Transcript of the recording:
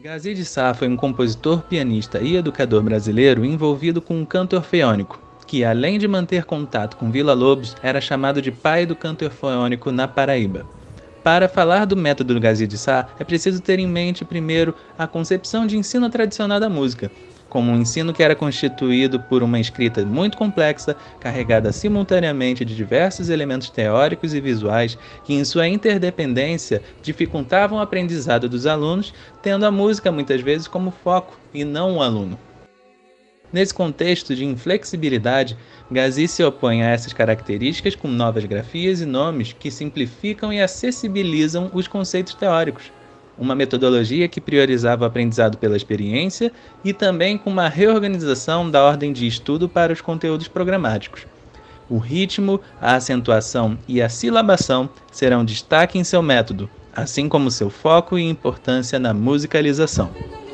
Gazi de Sá foi um compositor, pianista e educador brasileiro envolvido com o canto orfeônico, que, além de manter contato com Vila Lobos, era chamado de pai do canto orfeônico na Paraíba. Para falar do método do Gazi de Sá, é preciso ter em mente, primeiro, a concepção de ensino tradicional da música, como um ensino que era constituído por uma escrita muito complexa, carregada simultaneamente de diversos elementos teóricos e visuais que, em sua interdependência, dificultavam o aprendizado dos alunos, tendo a música muitas vezes como foco e não o aluno. Nesse contexto de inflexibilidade, Gazi se opõe a essas características com novas grafias e nomes que simplificam e acessibilizam os conceitos teóricos. Uma metodologia que priorizava o aprendizado pela experiência e também com uma reorganização da ordem de estudo para os conteúdos programáticos. O ritmo, a acentuação e a silabação serão destaque em seu método, assim como seu foco e importância na musicalização.